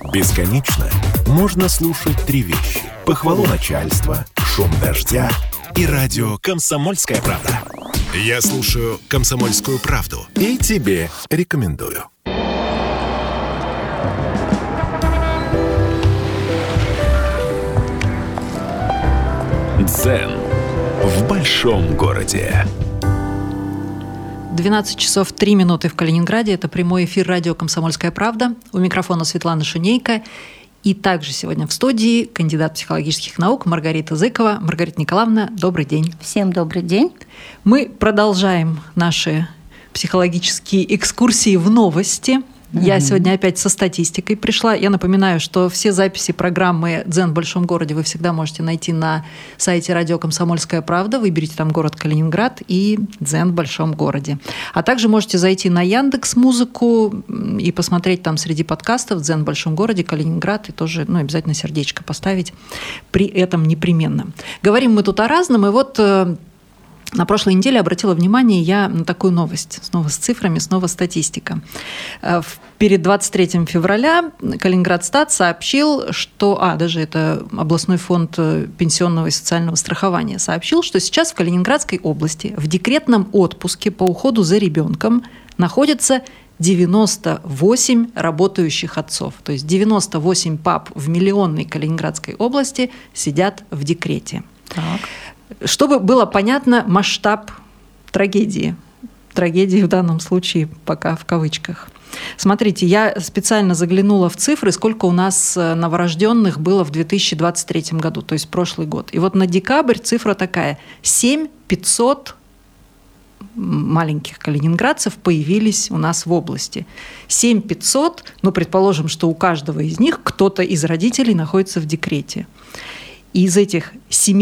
Бесконечно можно слушать три вещи: похвалу начальства, шум дождя и радио «Комсомольская правда». Я слушаю «Комсомольскую правду» и тебе рекомендую. Дзен в большом городе. 12 часов 3 минуты в Калининграде. Это прямой эфир радио «Комсомольская правда». У микрофона Светлана Шунейко. И также сегодня в студии кандидат психологических наук Маргарита Зыкова. Маргарита Николаевна, добрый день. Всем добрый день. Мы продолжаем наши психологические экскурсии в новости. Я сегодня опять со статистикой пришла. Я напоминаю, что все записи программы «Дзен в большом городе» вы всегда можете найти на сайте радио «Комсомольская правда». Выберите там город Калининград и «Дзен в большом городе». А также можете зайти на Яндекс.Музыку и посмотреть там среди подкастов «Дзен в большом городе», Калининград, и тоже обязательно сердечко поставить при этом непременно. Говорим мы тут о разном, и вот... На прошлой неделе обратила внимание я на такую новость. Снова с цифрами, снова статистика. Перед 23 февраля Калининградстат сообщил, что... даже это областной фонд пенсионного и социального страхования сообщил, что сейчас в Калининградской области в декретном отпуске по уходу за ребенком находится 98 работающих отцов. То есть 98 пап в миллионной Калининградской области сидят в декрете. Так. Чтобы было понятно масштаб трагедии. Трагедии в данном случае пока в кавычках. Смотрите, я специально заглянула в цифры, сколько у нас новорожденных было в 2023 году, то есть прошлый год. И вот на декабрь цифра такая: 7500 маленьких калининградцев появились у нас в области. 7500, предположим, что у каждого из них кто-то из родителей находится в декрете. И из этих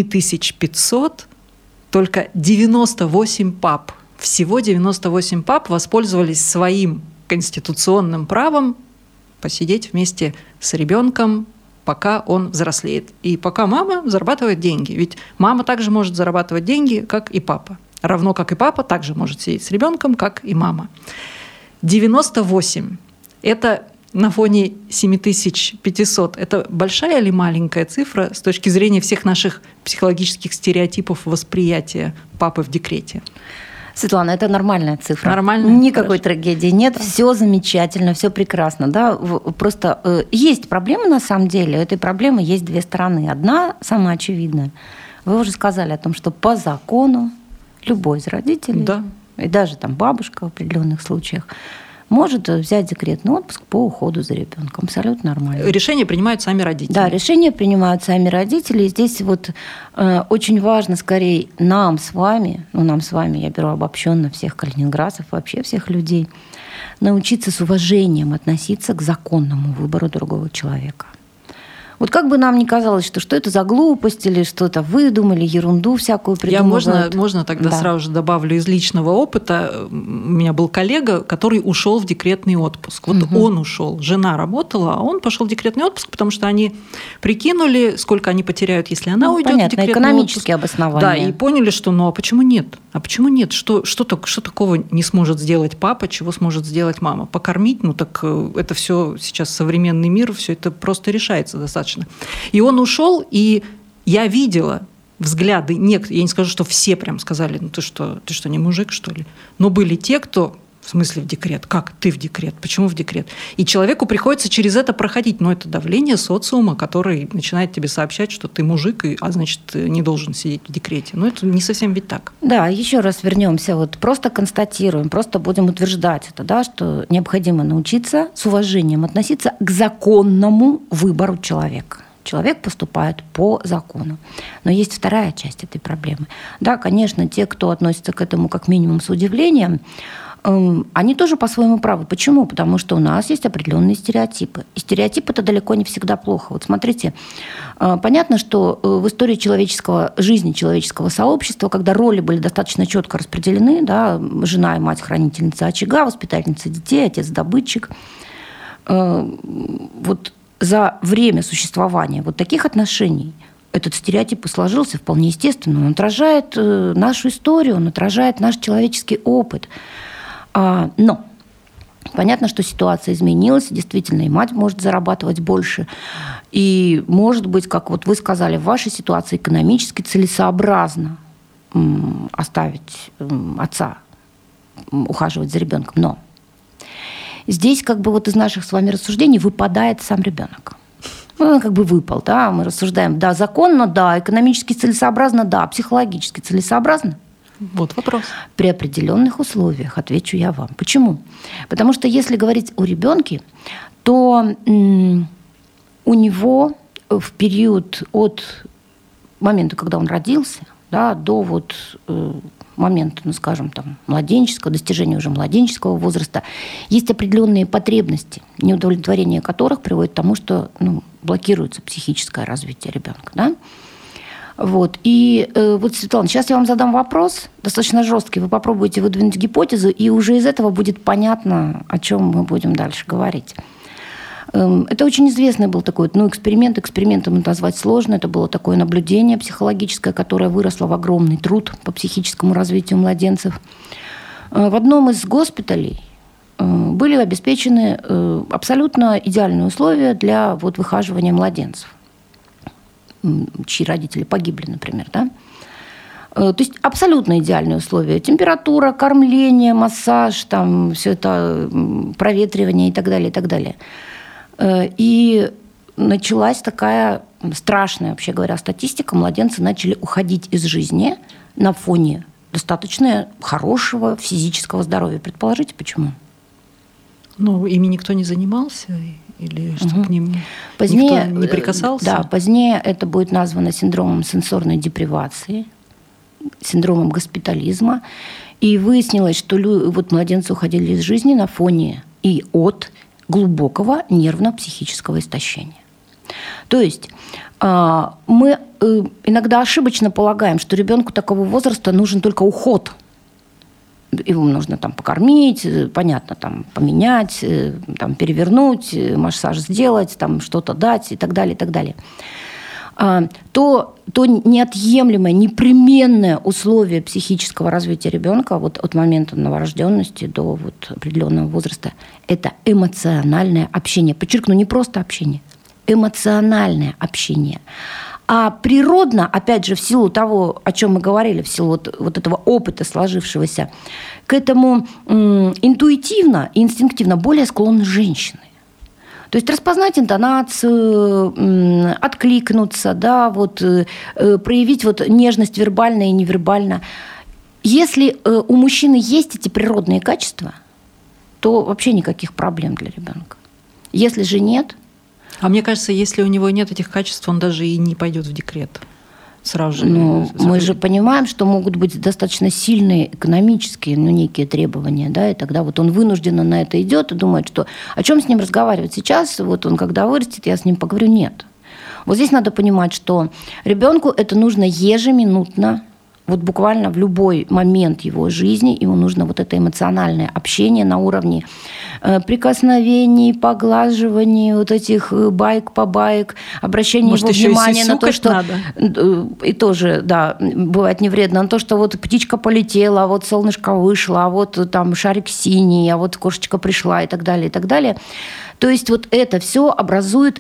7500 только 98 пап, всего 98 пап воспользовались своим конституционным правом посидеть вместе с ребенком, пока он взрослеет. И пока мама зарабатывает деньги. Ведь мама также может зарабатывать деньги, как и папа. Равно как и папа также может сидеть с ребенком, как и мама. 98 – это... На фоне 7500 это большая или маленькая цифра с точки зрения всех наших психологических стереотипов восприятия папы в декрете? Светлана, это нормальная цифра. Нормально? Никакой трагедии нет, да. Все замечательно, все прекрасно. Да? Просто есть проблемы на самом деле. У этой проблемы есть две стороны. Одна, самая очевидная. Вы уже сказали о том, что по закону любой из родителей, да. И даже там бабушка в определенных случаях, может взять декретный отпуск по уходу за ребенком. Абсолютно нормально. Решения принимают сами родители. Да, решения принимают сами родители. И здесь очень важно скорее нам с вами, я беру обобщенно всех калининградцев, вообще всех людей, научиться с уважением относиться к законному выбору другого человека. Вот как бы нам ни казалось, что это за глупость или что-то выдумали, ерунду всякую придумывают. Можно тогда сразу же добавлю из личного опыта. У меня был коллега, который ушел в декретный отпуск. Он ушел, жена работала, а он пошел в декретный отпуск, потому что они прикинули, сколько они потеряют, если она уйдет в декретный экономические отпуск. Обоснования. Да, и поняли, что а почему нет? Что такого не сможет сделать папа, чего сможет сделать мама? Покормить? Так это все сейчас современный мир, все это просто решается достаточно. И он ушел, и я видела взгляды некоторых, я не скажу, что все прям сказали, ты что, не мужик, что ли? Но были те, кто, в смысле в декрет? Как ты в декрет? Почему в декрет? И человеку приходится через это проходить. Но это давление социума, который начинает тебе сообщать, что ты мужик, а значит, не должен сидеть в декрете. Но это не совсем ведь так. Да, еще раз вернемся. Просто констатируем, просто будем утверждать это, что необходимо научиться с уважением относиться к законному выбору человека. Человек поступает по закону. Но есть вторая часть этой проблемы. Да, конечно, те, кто относится к этому как минимум с удивлением, они тоже по-своему правы. Почему? Потому что у нас есть определенные стереотипы. И стереотипы – это далеко не всегда плохо. Вот смотрите, понятно, что в истории жизни человеческого сообщества, когда роли были достаточно четко распределены, да, жена и мать – хранительница очага, воспитательница детей, отец – добытчик, за время существования таких отношений этот стереотип и сложился вполне естественно. Он отражает нашу историю, он отражает наш человеческий опыт. Но Понятно, что ситуация изменилась, действительно, и мать может зарабатывать больше. И, может быть, как вот вы сказали, в вашей ситуации экономически целесообразно оставить отца ухаживать за ребенком. Но здесь как бы вот из наших с вами рассуждений выпадает сам ребенок. Он как бы выпал, да, мы рассуждаем, да, законно, да, экономически целесообразно, да, психологически целесообразно. Вот вопрос. При определенных условиях, отвечу я вам. Почему? Потому что если говорить о ребенке, то у него в период от момента, когда он родился, да, до вот момента, ну, скажем, там, младенческого, достижения уже младенческого возраста, есть определенные потребности, неудовлетворение которых приводит к тому, что блокируется психическое развитие ребенка. Да? Вот. И вот, Светлана, сейчас я вам задам вопрос, достаточно жесткий. Вы попробуете выдвинуть гипотезу, и уже из этого будет понятно, о чем мы будем дальше говорить. Это очень известный был такой эксперимент. Экспериментом назвать сложно. Это было такое наблюдение психологическое, которое выросло в огромный труд по психическому развитию младенцев. В одном из госпиталей были обеспечены абсолютно идеальные условия для выхаживания младенцев, чьи родители погибли, например. Да? То есть абсолютно идеальные условия. Температура, кормление, массаж, там, все это, проветривание и так далее, и так далее. И началась такая страшная, вообще говоря, статистика. Младенцы начали уходить из жизни на фоне достаточно хорошего физического здоровья. Предположите, почему? Ими никто не занимался? Или что к ним позднее, никто не прикасался? Да, позднее это будет названо синдромом сенсорной депривации, синдромом госпитализма. И выяснилось, что младенцы уходили из жизни на фоне и от глубокого нервно-психического истощения. То есть мы иногда ошибочно полагаем, что ребенку такого возраста нужен только уход. Его нужно покормить, понятно, поменять, перевернуть, массаж сделать, что-то дать и так далее, и так далее. То неотъемлемое, непременное условие психического развития ребенка от момента новорожденности до определенного возраста – это эмоциональное общение. Подчеркну, не просто общение, эмоциональное общение. А природно, опять же, в силу того, о чем мы говорили, в силу этого опыта сложившегося, к этому интуитивно и инстинктивно более склонны женщины. То есть распознать интонацию, откликнуться, да, проявить нежность вербально и невербально. Если у мужчины есть эти природные качества, то вообще никаких проблем для ребенка. Если же нет... А мне кажется, если у него нет этих качеств, он даже и не пойдет в декрет. Сразу же. Мы же понимаем, что могут быть достаточно сильные экономические, некие требования, да, и тогда он вынужденно на это идет и думает, что о чем с ним разговаривать сейчас, он когда вырастет, я с ним поговорю. Нет. Здесь надо понимать, что ребенку это нужно ежеминутно, буквально в любой момент его жизни ему нужно это эмоциональное общение на уровне прикосновений, поглаживаний, этих баек, обращение его внимания на то, что... Надо. И тоже, да, бывает не вредно, на то, что птичка полетела, солнышко вышло, там шарик синий, кошечка пришла и так далее, и так далее. То есть это все образует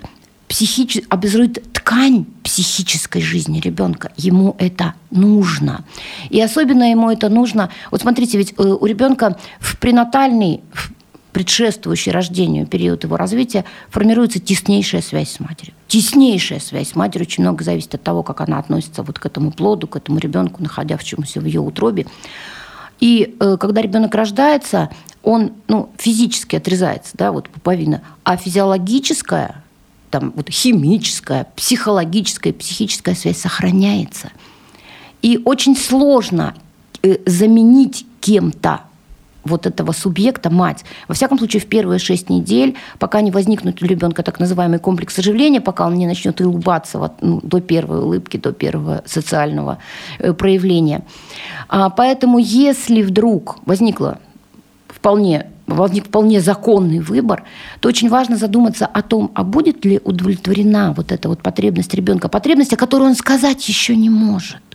ткань психической жизни ребенка. Ему это нужно. И особенно ему это нужно... Смотрите, ведь у ребенка в пренатальный, в предшествующий рождению период его развития формируется теснейшая связь с матерью. Теснейшая связь с матерью. Очень много зависит от того, как она относится к этому плоду, к этому ребенку, находящемуся в ее утробе. И когда ребенок рождается, он физически отрезается, да, пуповина, а физиологическая, химическая, психологическая, психическая связь сохраняется. И очень сложно заменить кем-то этого субъекта, мать. Во всяком случае, в первые 6 недель, пока не возникнут у ребенка так называемый комплекс оживления, пока он не начнет улыбаться до первой улыбки, до первого социального проявления. Поэтому, если вдруг возник вполне законный выбор, то очень важно задуматься о том, а будет ли удовлетворена эта потребность ребенка, потребность, о которой он сказать еще не может.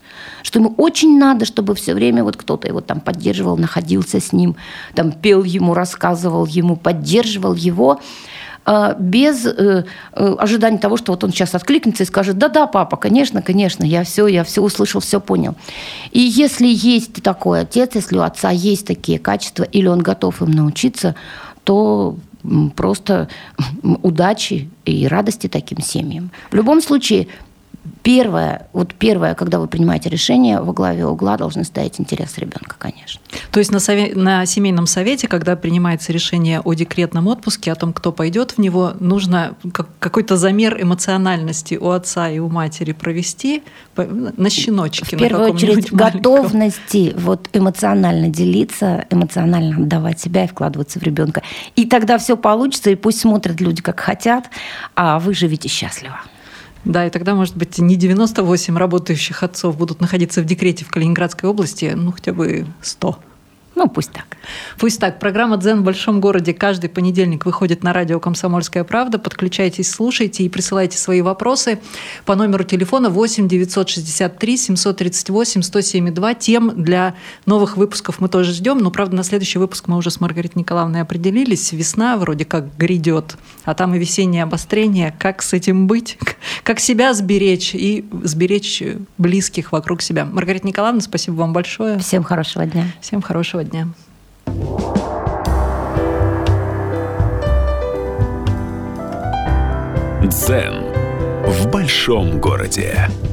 что ему очень надо, чтобы все время вот кто-то его там поддерживал, находился с ним, там пел ему, рассказывал ему, поддерживал его, без ожидания того, что вот он сейчас откликнется и скажет: да-да, папа, конечно, я все услышал, все понял. И если есть такой отец, если у отца есть такие качества, или он готов им научиться, то просто удачи и радости таким семьям. В любом случае, Первое, когда вы принимаете решение, во главе угла должны стоять интересы ребенка, конечно. То есть на семейном совете, когда принимается решение о декретном отпуске, о том, кто пойдет в него, нужно какой-то замер эмоциональности у отца и у матери провести на щеночке. В первую очередь готовности эмоционально делиться, эмоционально отдавать себя и вкладываться в ребенка. И тогда все получится, и пусть смотрят люди, как хотят, а вы живите счастливо. Да, и тогда, может быть, не 98 работающих отцов будут находиться в декрете в Калининградской области, хотя бы 100. Пусть так. Пусть так. Программа «Дзен в большом городе» каждый понедельник выходит на радио «Комсомольская правда». Подключайтесь, слушайте и присылайте свои вопросы по номеру телефона 8 963 738 107,2. Тем для новых выпусков мы тоже ждем. Но, правда, на следующий выпуск мы уже с Маргаритой Николаевной определились. Весна вроде как грядет, а там и весеннее обострение. Как с этим быть? Как себя сберечь и сберечь близких вокруг себя? Маргарита Николаевна, спасибо вам большое. Всем хорошего дня. Всем хорошего дня. Дзен в большом городе.